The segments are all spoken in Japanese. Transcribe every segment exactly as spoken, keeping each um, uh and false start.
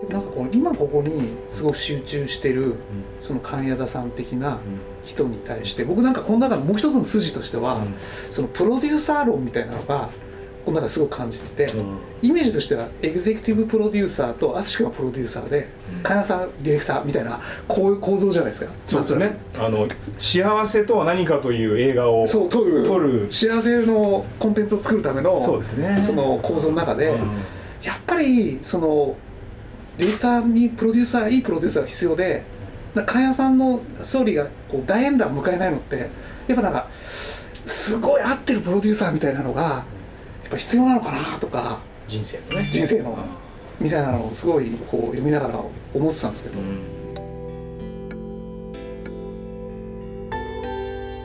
なんかこう今ここにすごく集中してる、うん、その神谷田さん的な人に対して僕なんかこの中のもう一つの筋としては、うん、そのプロデューサー論みたいなのがこの中すごく感じてて、うん、イメージとしてはエグゼクティブプロデューサーと淳君がプロデューサーで、うん、神谷さんディレクターみたいなこういう構造じゃないですか。 そうですね。あの幸せとは何かという映画をそう撮る、撮る幸せのコンテンツを作るためのそうですね、 その構造の中で、うん、やっぱりそのディレクターにプロデューサーいいプロデューサーが必要で、神谷さんのストーリーがこう大演談を迎えないのってやっぱなんかすごい合ってるプロデューサーみたいなのがやっぱ必要なのかなとか、 人生のね人生のみたいなのをすごいこう読みながら思ってたんですけど、うん、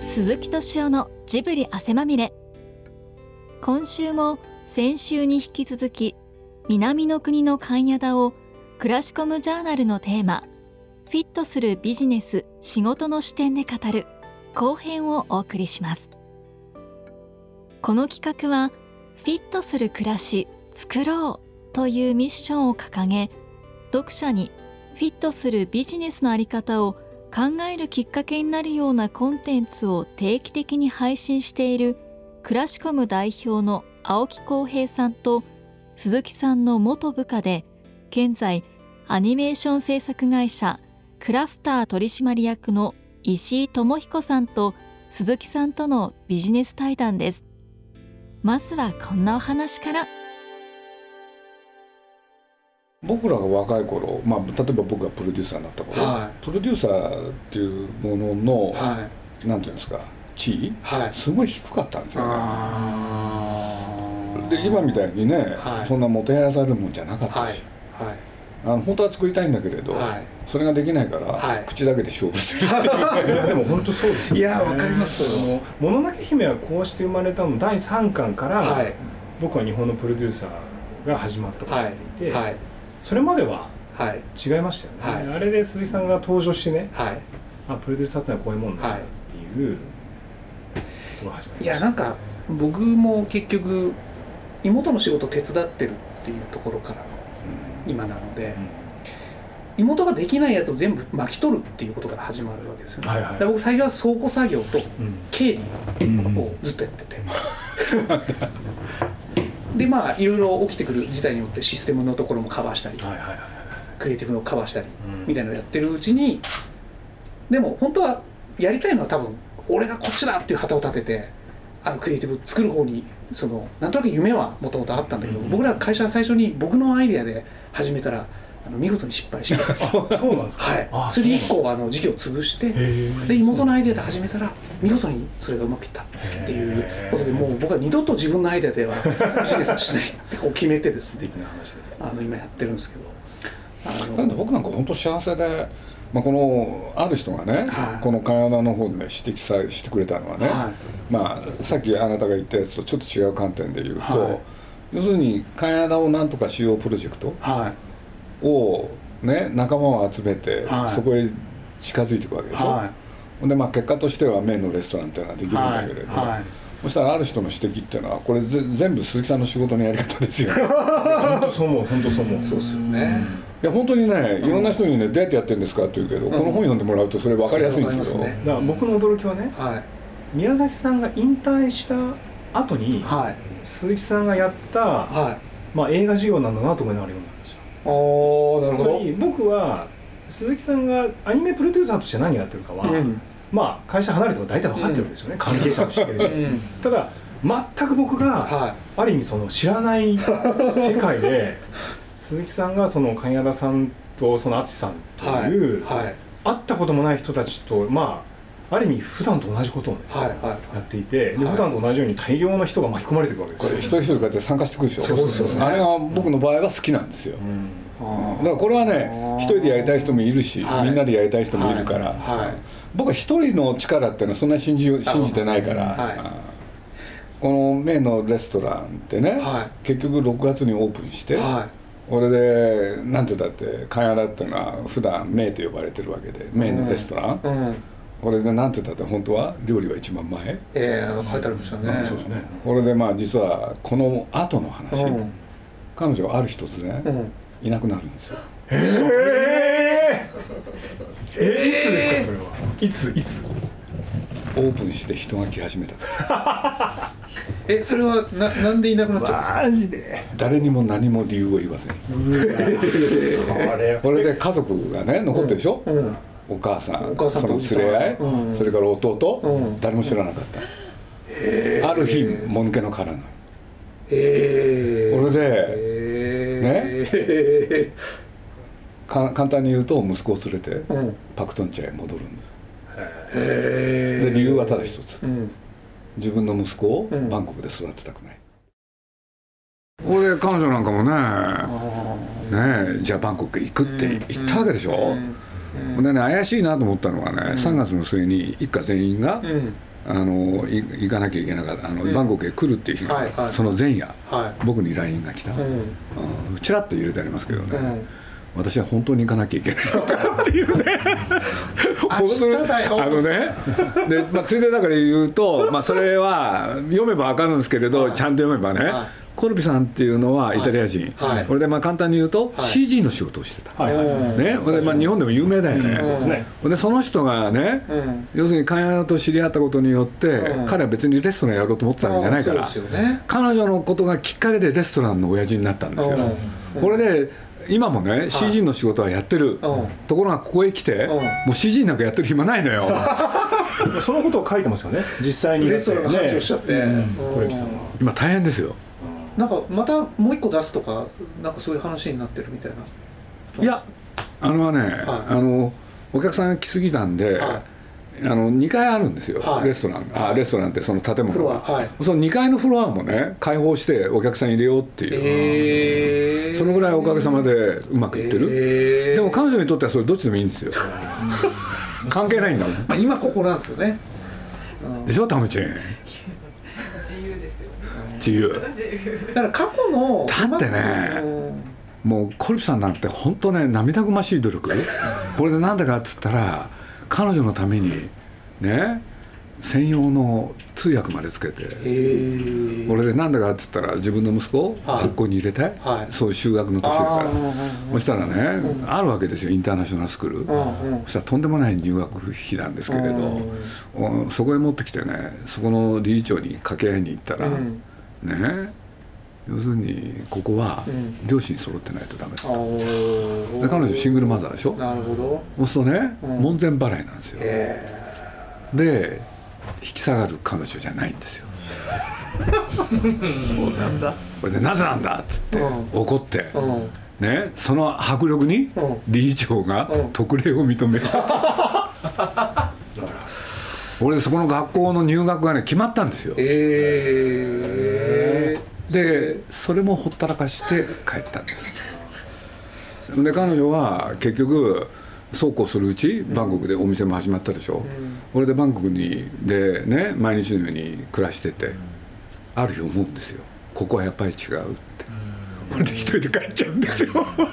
鈴木敏夫のジブリ汗まみれ。今週も先週に引き続き南の国の神谷田をクラシコムジャーナルのテーマフィットするビジネス仕事の視点で語る後編をお送りします。この企画はフィットする暮らし作ろうというミッションを掲げ、読者にフィットするビジネスのあり方を考えるきっかけになるようなコンテンツを定期的に配信しているクラシコム代表の青木康平さんと鈴木さんの元部下で現在アニメーション制作会社クラフター取締役の石井智彦さんと鈴木さんとのビジネス対談です。まずはこんなお話から。 僕らが若い頃、まあ、例えば僕がプロデューサーになった頃、はい、プロデューサーっていうものの、はい、なんていうんですか地位、はい、すごい低かったんですよね。で今みたいにね、はい、そんなもてはやされるもんじゃなかったし、はいはい、あの本当は作りたいんだけれど、はい、それができないから、はい、口だけで勝負するっていういやでも本当そうですよね。 いやわかりますよ。 もののけ姫はこうして生まれたのだいさんかんから、はい、僕は日本のプロデューサーが始まったと思っていて、はいはい、それまでは違いましたよね、はい、あれで鈴木さんが登場してね、はい、あプロデューサーってのはこういうもんだっていう、はい、 こが始まりました。いやなんか僕も結局妹の仕事を手伝ってるっていうところからの今なので、うん、妹ができないやつを全部巻き取るっていうことから始まるわけですよね、はいはい、で僕最初は倉庫作業と経理をずっとやってて、うん、でまあいろいろ起きてくる事態によってシステムのところもカバーしたり、はいはいはい、クリエイティブのカバーしたりみたいなのをやってるうちに、でも本当はやりたいのは多分俺がこっちだっていう旗を立ててあのクリエイティブ作る方にそのなんとなく夢はもともとあったんだけど、うん、僕ら会社は最初に僕のアイデアで始めたらあの見事に失敗してそうなんですか、 はい、それでいっこあの事業を潰してで妹のアイデアで始めたら見事にそれがうまくいったっていうことでもう僕は二度と自分のアイデアではビジネスはしないってこう決めてですね素敵な話です、ね、 あの今やってるんですけど、 あのなんで僕なんか本当幸せで、まあ、このある人がね、はい、この神谷の方で、ね、指摘さしてくれたのはね、はい、まあ、さっきあなたが言ったやつとちょっと違う観点で言うと、はい、要するに神谷をなんとかしようプロジェクトを、ね、仲間を集めて、はい、そこへ近づいていくわけでしょ、はい、で、まあ、結果としてはメインのレストランっていうのはできるんだけれど、はいはい、そしたらある人の指摘っていうのはこれぜ全部鈴木さんの仕事のやり方ですよね本当そう思う本当そう思うそうですよね。 いや本当にね、いろんな人にね、どうやってやってるんですかって言うけど、うん、この本読んでもらうとそれ分かりやすいんですよ、ね、 だから僕の驚きはね、はい、宮崎さんが引退した後に、はい、鈴木さんがやった、はい、まあ、映画事業なんだなと思いながら読んだんですよ。 あー、なるほど。 つまり僕は鈴木さんがアニメプロデューサーとして何やってるかは、うん、まあ会社離れても大体分かってるんですよね、うん、関係者も知ってるし、うん、ただ全く僕が、はい、ある意味その知らない世界で鈴木さんがその神谷さんとその淳さんという、はいはい、会ったこともない人たちと、まあ、ある意味普段と同じことを、ね、はいはい、やっていて、で普段と同じように大量の人が巻き込まれていくわけですよ。 これ一人一人こうやって参加してくるでしょ。そうですよね。あれが僕の場合は好きなんですよ、うん、だからこれはね一人でやりたい人もいるし、はい、みんなでやりたい人もいるから、はいはい、僕は一人の力っていうのはそんなに信じ、信じてないから、はい、このメインのレストランってね、はい、結局ろくがつにオープンして、はい、俺でなんてだって神谷っていうのは普段メイと呼ばれてるわけで、メインのレストラン、うんうん、俺でなんてだって本当は料理は一番前、 ええー、書いてあるんですよね、うん、そうですね。 俺でまあ実はこの後の話、うん、彼女はある日突然、うん、いなくなるんですよ。 えー、えいつですかそれは。いついつオープンして人が来始めたえそれはななんでいなくなっちゃったんですか。 マジで誰にも何も理由を言わずにこれで家族がね残ってるでしょ、うんうん、お母さん、 母さんその連れ合い、うん、それから弟、うん、誰も知らなかった、ある日もぬけの殻なの。へこれでねか簡単に言うと息子を連れて、うん、パクトンチャへ戻るんです。へで理由はただ一つ、うん、自分の息子をバンコクで育てたくない、うん、これで彼女なんかもねねじゃあバンコクへ行くって言ったわけでしょ、うんうん、でね怪しいなと思ったのはね、うん、さんがつの末に一家全員が、うん、あの行かなきゃいけなかったあの、うん、バンコクへ来るっていう日が、はいはい、その前夜、はい、僕に ライン が来た、うんうん、ちらっと入れてありますけどね、うん私は本当に行かなきゃいけないのかなっていうね明日だよあのねで、まあ、ついでだから言うと、まあ、それは読めば分かるんですけれど、はい、ちゃんと読めばね、はい、コルビさんっていうのはイタリア人、はいはい、これでまあ簡単に言うと、はい、シージー の仕事をしてた、はいねこれでまあ日本でも有名だよね、うん、そうですねでその人がね、うん、要するにカンヤダと知り合ったことによって、うん、彼は別にレストランやろうと思ってたわけじゃないから、ね、彼女のことがきっかけでレストランの親父になったんですよ、うん、これで今もね シージー の仕事はやってる、はい、ところがここへ来て、うん、もう シージー なんかやってる暇ないのよそのことを書いてますよね実際にレストランの話をしちゃって、うんうん、さんは今大変ですよ。 なんかまたもう一個出すとかなんかそういう話になってるみたいな。 いやあのはね、はい、あのお客さんが来すぎたんで、はいあのにかいあるんですよ、はい、レストランあ、はい、レストランってその建物が、はい、そのにかいのフロアもね開放してお客さん入れようっていう、えー、そのぐらいおかげさまでうまくいってる、えー、でも彼女にとってはそれどっちでもいいんですよ関係ないんだもん、 まあ、今ここなんですよね、 うん、でしょタムチン自由ですよね自由だから過去のだってねもうコルビさんなんて本当ね涙ぐましい努力これでなんだかっつったら彼女のためにね専用の通訳までつけてこれでなんだかっつったら自分の息子を学校に入れたい、はい、そういう修学の年だからそしたらね、うん、あるわけですよインターナショナルスクール、うん、そしたらとんでもない入学費なんですけれど、うん、そこへ持ってきてねそこの理事長に掛け合いに行ったら、うん、ね要するにここは両親揃ってないとダメだと、うん、で彼女シングルマザーでしょ。 なるほど。 そうするとね、うん、門前払いなんですよ。で引き下がる彼女じゃないんですよそうなんだ。 これでなぜなんだっつって、うん、怒って、うん、ねその迫力に理事長が特例を認めた、うん、俺でそこの学校の入学がね決まったんですよ。えーでそれもほったらかして帰ったんです。で彼女は結局そうこうするうちバンコクでお店も始まったでしょ、うん、これでバンコクにでね毎日のように暮らしてて、うん、ある日思うんですよここはやっぱり違うって、うん、これで一人で帰っちゃうんですよ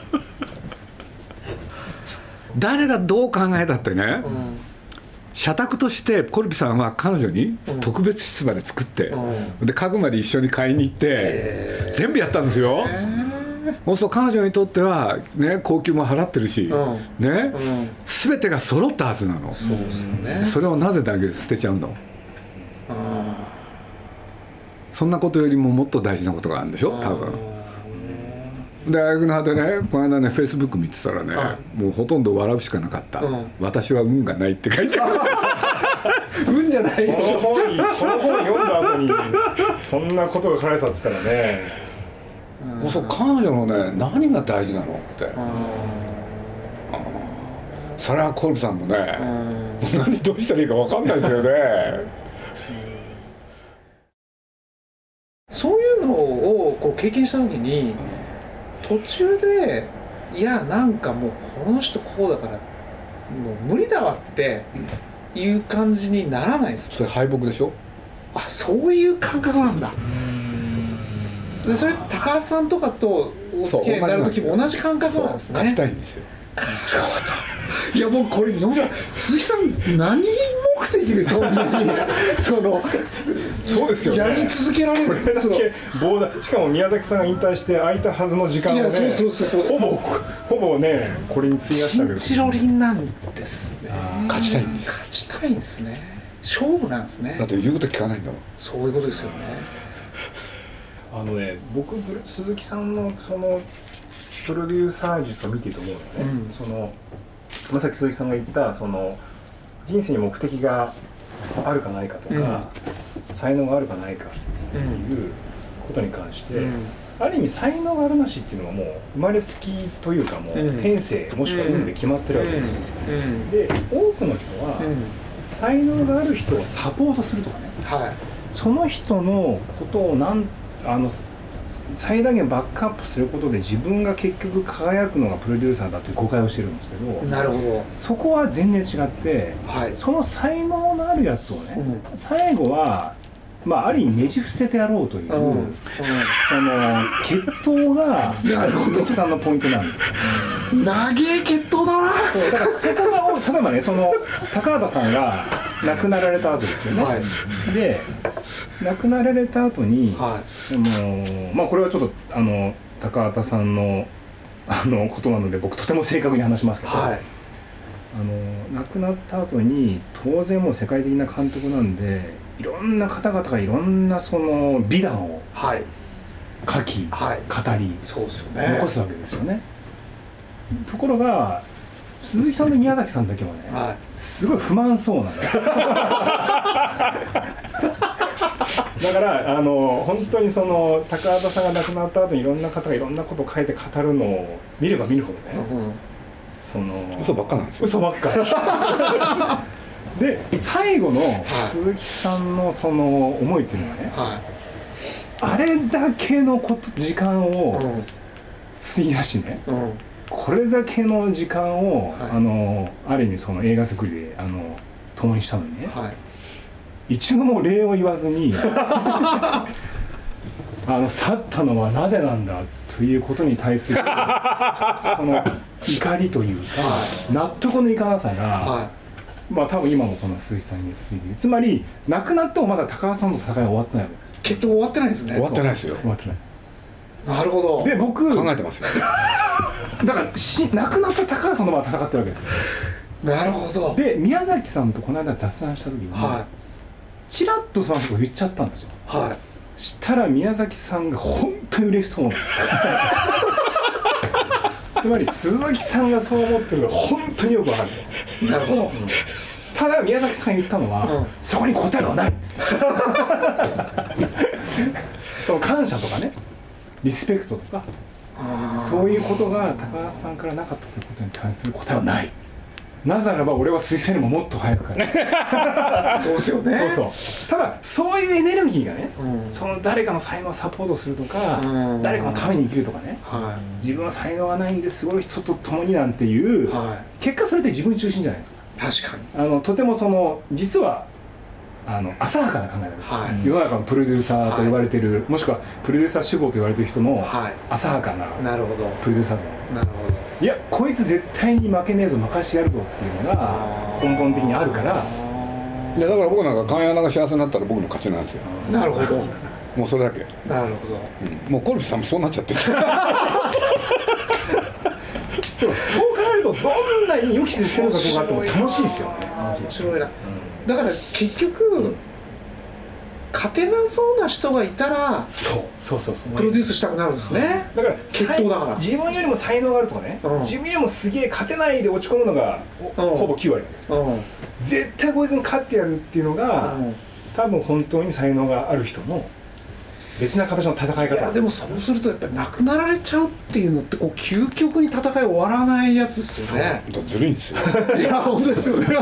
誰がどう考えたってね、うん社宅としてコルビさんは彼女に特別室まで作って、うん、で家具まで一緒に買いに行って、えー、全部やったんですよ、えー、そうすると彼女にとっては、ね、高級も払ってるし、うんねうん、全てが揃ったはずなの。そうですよね。それをなぜだけ捨てちゃうの、うん、そんなことよりももっと大事なことがあるんでしょ多分。大学の果てねこの間ねフェイスブック見てたらね、はい、もうほとんど笑うしかなかった、うん、私は運がないって書いてある運じゃないこの本この本読んだ後にそんなことが書かれてたって言ったらねもうそう彼女のね何が大事なのって、うん、それはコルビさんもね、うん、何どうしたらいいか分かんないですよねそういうのをこう経験した時に途中でいやなんかもうこの人こうだからもう無理だわっていう感じにならないですか。 それ敗北でしょ。 あそういう感覚なんだ。でそれ高橋さんとかとお付き合いになる時も同じ感覚なんですね。 勝ちたいんですよ。 なるほど。いやもうこれ鈴木さん何目目的でそんなにそのそうですよね、 やり続けられる。 これだけ膨大、しかも宮崎さんが引退して空いたはずの時間をね、 いやそうそうそうそう、 ほぼほぼねこれに費やしたけど、 チンチロリンなんですね。 勝ちたいんです。勝ちたいんですね。勝負なんですね。 だって言うこと聞かないんだもん。 そういうことですよね。 あのね、僕鈴木さんのそのプロデューサー術を見ていると思うのね、うん、そのまさき鈴木さんが言ったその人生に目的があるかないかとか、うん、才能があるかないかっていうことに関して、うん、ある意味才能があるなしっていうのはもう生まれつきというかもう天性、もしくは運で決まってるわけですよ、うんうん、で多くの人は、うん、才能がある人をサポートするとかね、はい、その人のことをなんあの最大限バックアップすることで自分が結局輝くのがプロデューサーだという誤解をしてるんですけど、 なるほど、 そこは全然違って、はい、その才能のあるやつをね、うん、最後は、まあ、ある意味ねじ伏せてやろうという、うんうん、その決闘が鈴木さんのポイントなんですよ。 長え決闘だな。 そうだからそこが例えばね、その高畑さんが亡くなられた後ですよね、はい、で亡くなられた後に、はい、そのまあこれはちょっとあの高畑さんのあのことなので僕とても正確に話しますけど、はい、あの亡くなった後に当然もう世界的な監督なんでいろんな方々がいろんなその美談を書き、はい、語り、 そうですよね、 残すわけですよね。ところが鈴木さんと宮崎さんだけはね、はい、すごい不満そうなんですだからあの本当にその高畑さんが亡くなった後にいろんな方がいろんなことを書いて語るのを見れば見るほどね、うん、その嘘ばっかなんですよ。 嘘ばっかで最後の鈴木さんのその思いっていうのはね、はい、あれだけのこと時間を費やしね、うん、これだけの時間を、はい、あのある意味その映画作りであの共にしたのにね、はい、一度も礼を言わずにあの去ったのはなぜなんだということに対するその怒りというか、はい、納得のいかなさが、はい、まあ多分今もこの鈴木さんに続いている。つまり亡くなってもまだ高橋さんの戦いは終わってないわけですよ。 決闘終わってないですね。 終わってないですよ。 終わってない。 なるほど。 で僕考えてますよだからし亡くなった高橋さんのまま戦ってるわけですよ。 なるほど。 で宮崎さんとこの間雑談した時に、はい、チラッとそのこと言っちゃったんですよ。はい。したら宮崎さんが本当に嬉しそうなつまり鈴木さんがそう思ってるのが本当によくわかる。 なるほど、うん、 ただ宮崎さんが言ったのは、うん、そこに答えはないんですその感謝とかねリスペクトとかそういうことが高橋さんからなかったということに対する答えはない。なぜならば俺は鈴木さんよりももっと早くからそうですよね。 そうそう。ただそういうエネルギーがね、うん、その誰かの才能をサポートするとか、うん、誰かのために生きるとかね、はい、自分は才能がないんですごい人と共になんていう、はい、結果それって自分中心じゃないですか。 確かに。 あのとてもその実はあの浅はかな考えなんですよ、はい、世の中のプロデューサーと言われている、はい、もしくはプロデューサー志望と言われている人の浅はかなプロデューサー像、 なるほど。 いやこいつ絶対に負けねえぞ任してやるぞっていうのが根本的にあるから。 いやだから僕なんか関谷が幸せになったら僕の勝ちなんですよ。 なるほど。 もうそれだけ。 なるほど、 うん、もうコルビさんもそうなっちゃってるでもそう考えるとどんなに予期してるかどうかっても楽しいですよね。 面白いな、うん、だから結局、うん、勝てなそうな人がいたらそうそうそうそうプロデュースしたくなるんですね、 うん、だから決闘だから自分よりも才能があるとかね、うん、自分よりもすげえ勝てないで落ち込むのが、うん、ほぼきゅうわりなんですよ、うん、絶対こいつに勝ってやるっていうのが、うん、多分本当に才能がある人の別な形の戦い方。いやでもそうするとやっぱり亡くなられちゃうっていうのってこう究極に戦い終わらないやつですよね。 そうずるいんですよいや本当ですよね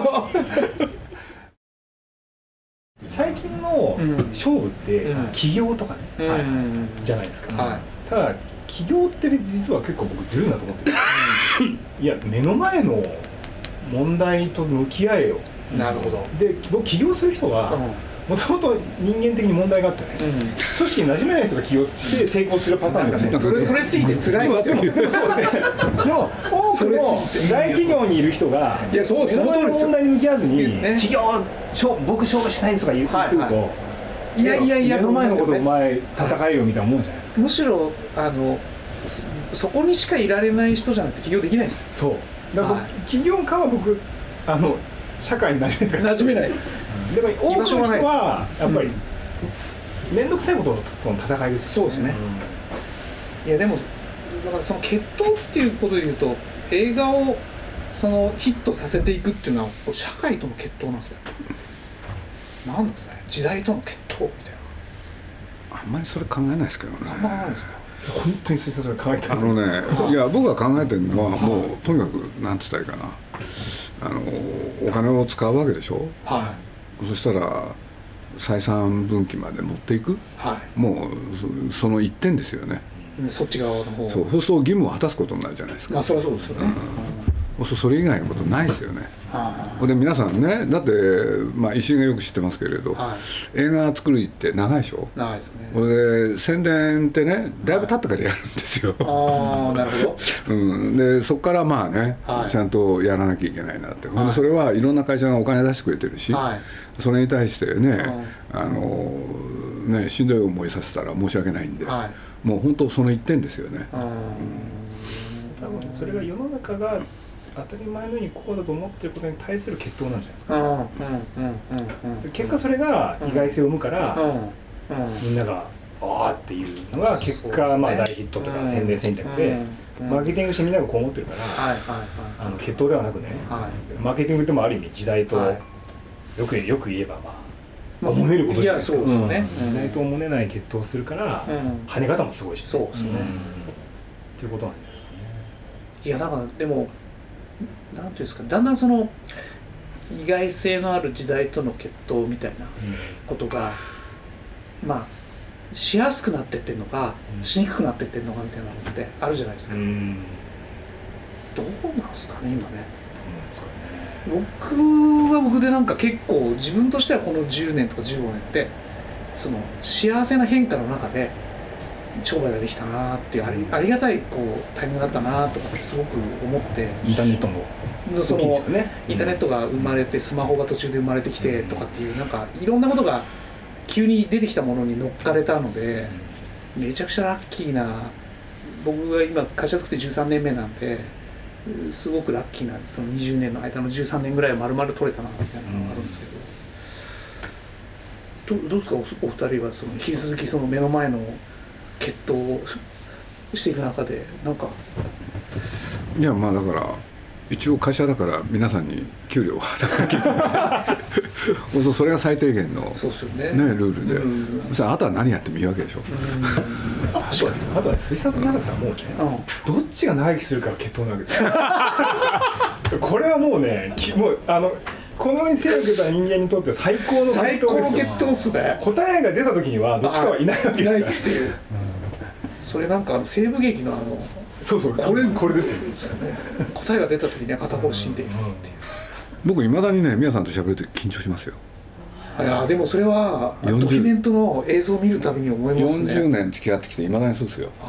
最近の勝負って起業とかね、うんはい、じゃないですか、はい、ただ起業って実は結構僕ずるいなと思ってるいや目の前の問題と向き合えよ。 なるほど。 で僕起業する人は、 もともと人間的に問題があってね、うん、組織に馴染めない人が起用して成功するパターンがね、 それそれすぎて辛いですよ。でも多くの大企業にいる人がいやそう目の前の問題に向き合わずに、ね、企業僕勝負しないんですとか言ってると、はいはい、いやいやいや目の前のことお前戦えよみたいなもんじゃないですか。 むしろあのそこにしかいられない人じゃなくて起業できないですよ。 そうだから、はい、起業家は僕あの社会に馴染めない。 馴染めない。 でも多くの人はやっぱり面倒くさいこととの戦いですよね。 そうですね、うん、いやでもだからその決闘っていうことでいうと映画をそのヒットさせていくっていうのは社会との決闘なんですよ。なんですね、時代との決闘みたいな。あんまりそれ考えないですけどね。 あんま考えないですか。 本当にそれ考えてる。 あのね、いや僕が考えてるのはもうとにかくなんて言ったらいいかな、あのお金を使うわけでしょ。はい。そしたら採算分岐まで持っていく、はい、もう そ, その一点ですよね。 そっち側の方。 そう、そうすると義務を果たすことになるじゃないですか。 あ、そりゃそうですよね。 うん、それ以外のことないですよね。はあ、で皆さんね、だって、まあ、石井がよく知ってますけれど、はい、映画作るって長いでしょ。 長いですね。 で宣伝ってねだいぶ経ってからやるんですよ。 はい、ああなるほど、うん、でそこからまあね、はい、ちゃんとやらなきゃいけないなって、はい、それはいろんな会社がお金出してくれてるし、はい、それに対してね、はい、あのねしんどい思いさせたら申し訳ないんで、はい、もう本当その一点ですよね。うん、 多分それが世の中が当たり前のようにこうだと思っていることに対する決闘なんじゃないですか。結果それが意外性を生むから、うんうんうん、みんながあーっていうのが結果、ね、まあ大ヒットとか宣伝戦略で、うんうん、マーケティングしてみんながこう思ってるから、はいはいはい、あの決闘ではなくね、はい、マーケティングってもある意味時代と、はい、よくよく言えばまあおもねることじゃないですか。時代とおもねない決闘をするから、うん、跳ね方もすごいし、ね、 そうですね、うん、 っていうことなんじゃないですかね。 いやだからでもなんていうんですか、だんだんその意外性のある時代との決闘みたいなことが、うん、まあしやすくなってってるのか、うん、しにくくなってってるのかみたいなのってあるじゃないですか。うん、どうなんですかね今ね。どうなんですかね。僕は僕でなんか結構自分としてはこのじゅうねんとかじゅうごねんってその幸せな変化の中で商売ができたなっていうあり、ありがたいこうタイミングだったなとかすごく思って、 インターネットもそのインターネットが生まれてスマホが途中で生まれてきてとかっていうなんかいろんなことが急に出てきたものに乗っかれたのでめちゃくちゃラッキーな、僕が今会社作ってじゅうさんねんめなんですごくラッキーなそのにじゅうねんの間のじゅうさんねんぐらいは丸々取れたなみたいなのがあるんですけど、ど, どうですか お, お二人はその引き続きその目の前の決闘をしていく中でなんか。 いやまあだから一応会社だから皆さんに給料を払わなきゃいけないそれが最低限の、 そうですよね、 ねルールで、うん、あとは何やってもいいわけでしょ。 あとは水産と宮崎さんもうね、うん、どっちが長生きするか決闘なわけですよこれはもうねもうあのこのように背を受けた人間にとって最高の決闘ですよ。最高の決闘っすね。答えが出た時にはどっちかはいないわけですから、っていう、うん、 それなんか西部劇のあのそうそうこれこれですよ答えが出た時には片方死んでいるっていう、うんうん、 僕いまだにね宮さんと喋ると緊張しますよ。 いやでもそれはドキュメントの映像を見るたびに思いますね。 よんじゅうねん付き合ってきていまだにそうですよ、うん、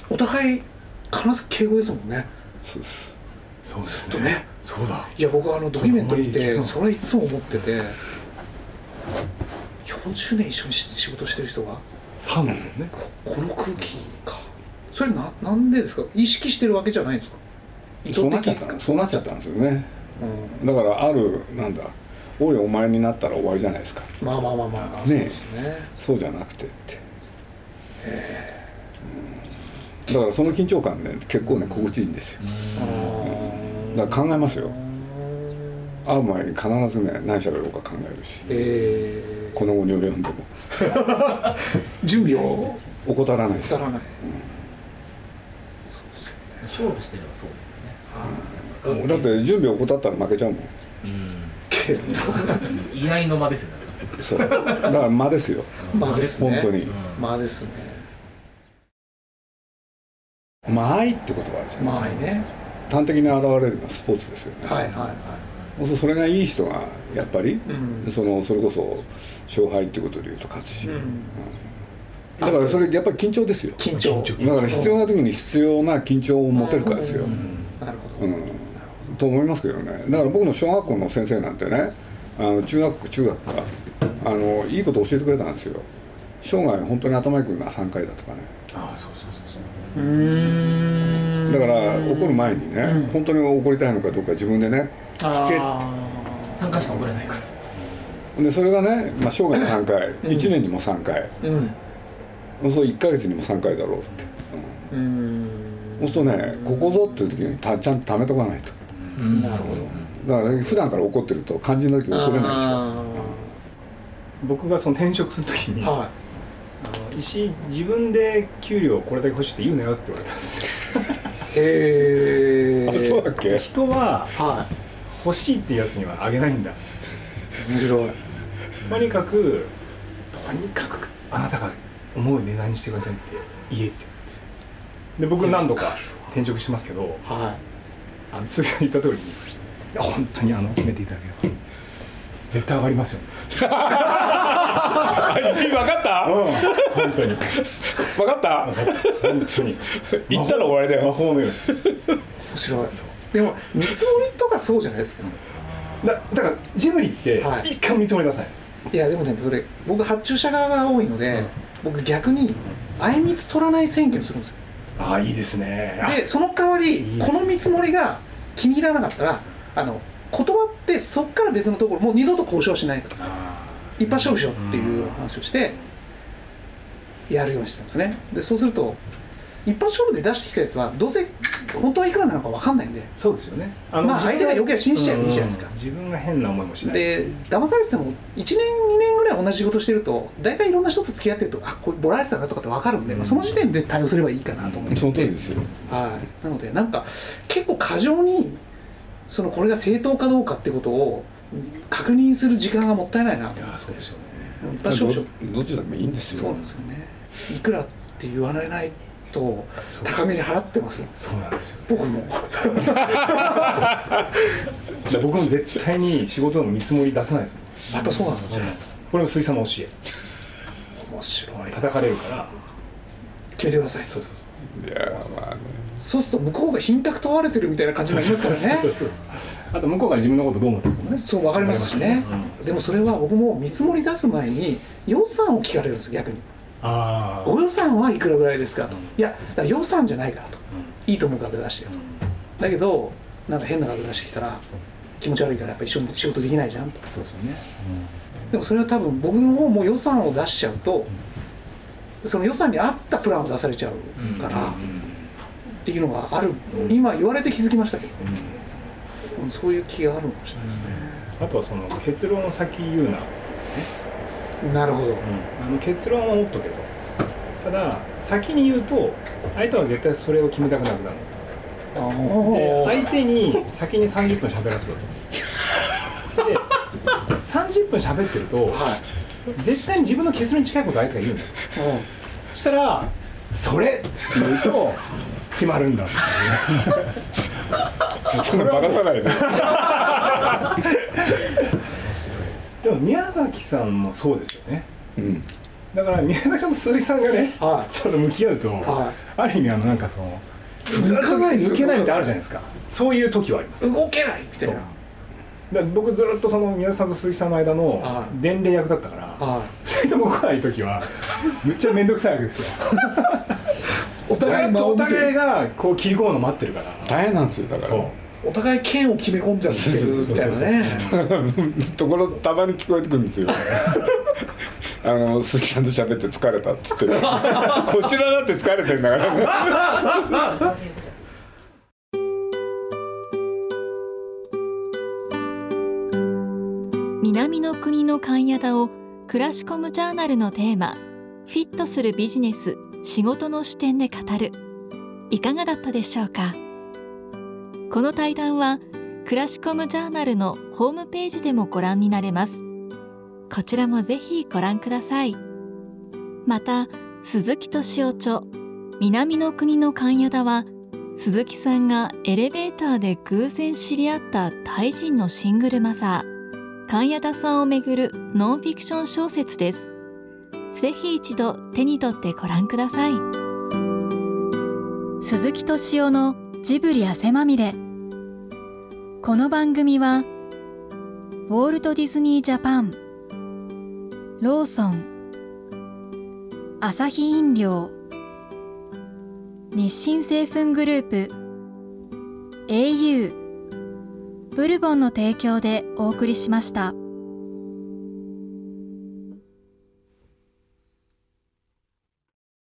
お互い必ず敬語ですもんね。 そうですそうですね。ねそうだ。 いや僕はあのドキュメント見てそれいつも思ってて、よんじゅうねん一緒に仕事してる人がさんですよね。 こ, この空気か。それ な, なんでですか。意識してるわけじゃないんですか。 そうなっちゃったそうなっちゃったんですよね、うん、だからあるなんだおいお前になったら終わりじゃないですか。 まあまあまあまあ、ね、 そうですね。そうじゃなくてってへ、うん、だからその緊張感ね結構ね心地いいんですよ。うん、だから考えますよ。会う前に必ずね何喋ろうか考えるし、えー、この後に及んでも準備を怠らないです。 怠らない、うん、 勝負してればそうですよね、 うん、だって準備を怠ったら負けちゃうもん、 うん、けど居合の間ですよね。 そうだから間ですよ間ですね。 本当に、うん、 間ですね。 間合いって言葉あるじゃないですか。 間合いね。 端的に現れるのはスポーツですよね。 はいはいはい。 それがいい人がやっぱり、うん、そのそれこそ勝敗っていうことでいうと勝つし、うんうん、だからそれやっぱり緊張ですよ。 緊張だから必要な時に必要な緊張を持てるかですよ、うんうん、 なるほど、うん、 と思いますけどね。だから僕の小学校の先生なんてね、あの中学中学かあのいいこと教えてくれたんですよ。生涯本当に頭にくるのはさんかいだとかね。 ああそうそうそうそう。 うーんだから怒る前にね、うん、本当に怒りたいのかどうか自分でね聞けって。 さんかいしか怒れないから。 でそれがね、まあ、生涯さんかい、うん、いちねんにもさんかい、うん、そういっかげつにもさんかいだろうって、うん、うんそうするとねここぞっていう時にたちゃんとためとかないと、 うん、なるほど。 だから普段から怒ってると肝心な時怒れないでしょ、うん、 僕がその転職する時に、はい、あの石井自分で給料これだけ欲しいって言うなよって言われたんですよ。 へえそうだっけ。 人は欲しいっていうやつにはあげないんだ。 面白い。 とにかくとにかくあなたが思う値段にしてくださいって言えってで僕何度か転職してますけど、はい、あの鈴木さん言った通りに本当にあの決めていただければ絶対上がりますよね。 分かった？ うん本当に分かった？ 分かった本当に言ったら終わりだよ。 魔法のよう面白い。でも見積もりとかそうじゃないですか。 だ, だからジブリって一回も見積もり出さないです、 はい、いやでもねそれ僕発注者側が多いので、うん、僕逆に相みつ取らない宣言をするんですよ。 ああいいですね。 でその代わりいいこの見積もりが気に入らなかったらあの断ってそっから別のところもう二度と交渉しないと一発勝負しようっていう話をしてやるようにしてますね。でそうすると一発勝負で出してきたやつはどうせ本当はいくらなのか分かんないんで。 そうですよね。 あのまあ相手が良ければ信じちゃえばいいじゃないですか。 自分が変な思いもしないで騙されててもいちねんにねんぐらい同じ仕事してると大体いろんな人と付き合ってるとあこうボラれてたなとかって分かるんで、うんまあ、その時点で対応すればいいかなと思って。 その通りですよ。 はいなのでなんか結構過剰にそのこれが正当かどうかってことを確認する時間がもったいないなと。 いやそうですよね。 ど, どっちでもいいんですよ。 そうなんですよね。いくらって言われないと高めに払ってます。 そうなんですよ。 僕も僕も絶対に仕事の見積もり出さないですもん。 やっぱそうなんですね。 これも鈴木さんの教え。 面白い。 叩かれるから決めてください。 そうそうそう。 いやまあね。 そうすると向こうが品格問われてるみたいな感じになりますからね。 そうそうそうそう。あと向こうが自分のことどう思ってるかもね。 そう分かりますしね、うん、でもそれは僕も見積もり出す前に予算を聞かれるんです逆に。 あご予算はいくらぐらいですかと、うん、いやだから予算じゃないからと、うん、いいと思う額出してよと、うん、だけどなんか変な額出してきたら気持ち悪いからやっぱ一緒に仕事できないじゃんと。 そうですよね、 うん、でもそれは多分僕の方も予算を出しちゃうと、うん、その予算に合ったプランを出されちゃうから、うん、っていうのがある、うん、今言われて気づきましたけど、うん、そういう気があるのかもしれないですね、 うん、あとはその結論を先言うな、 なるほど、うん、 あの結論は持っとけと。ただ先に言うと相手は絶対それを決めたくなくなると。で相手に先にさんじゅっぷん喋らせろと。でさんじゅっぷん喋ってると、はい、絶対に自分の結論に近いこと相手が言うんだよ、うん、そしたらそれって言うと決まるんだそんなバラさないででも宮崎さんもそうですよね、 うん、 だから宮崎さんと鈴木さんがね、はい、ちょっと向き合うと、はい、ある意味あのなんかその抜かない抜けないみたいなあるじゃないですか。そういう時はあります。 動けないみたいな。だから僕ずっとその宮崎さんと鈴木さんの間の伝令役だったから、はい、ふたりとも来ない時はむっちゃ面倒くさいわけですよお互いお互いがこう切り込むの待ってるから大変なんですよ。だからそうお互い剣を決め込んじゃってるみたいなねところたまに聞こえてくるんですよあの鈴木さんと喋って疲れたっつってこちらだって疲れてるんだから南の国の勘矢をクラシコムジャーナルのテーマフィットするビジネス仕事の視点で語る、いかがだったでしょうか。この対談はクラシコムジャーナルのホームページでもご覧になれます。こちらもぜひご覧ください。また鈴木敏夫著南の国の勘矢は鈴木さんがエレベーターで偶然知り合ったタイ人のシングルマザー神谷田さんをめぐるノンフィクション小説です。ぜひ一度手に取ってご覧ください。鈴木敏夫のジブリ汗まみれ。この番組はウォルト・ディズニー・ジャパン、ローソン、アサヒ飲料、日清製粉グループ、エーユー、ブルボンの提供でお送りしました。